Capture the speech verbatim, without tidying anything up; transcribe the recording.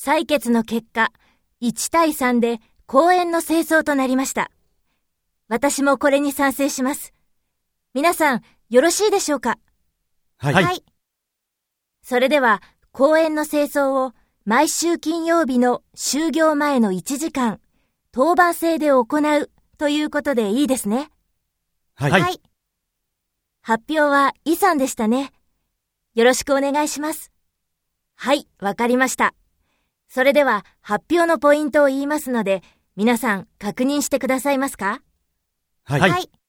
採決の結果、いちたいさんで公園の清掃となりました。私もこれに賛成します。皆さん、よろしいでしょうか？ はい。はい。 それでは、公園の清掃を毎週金曜日の就業前のいちじかん、当番制で行うということでいいですね。 はい。はい。 発表はイさんでしたね。よろしくお願いします。はい、わかりました。それでは発表のポイントを言いますので、皆さん確認してくださいますか？ はい。はい。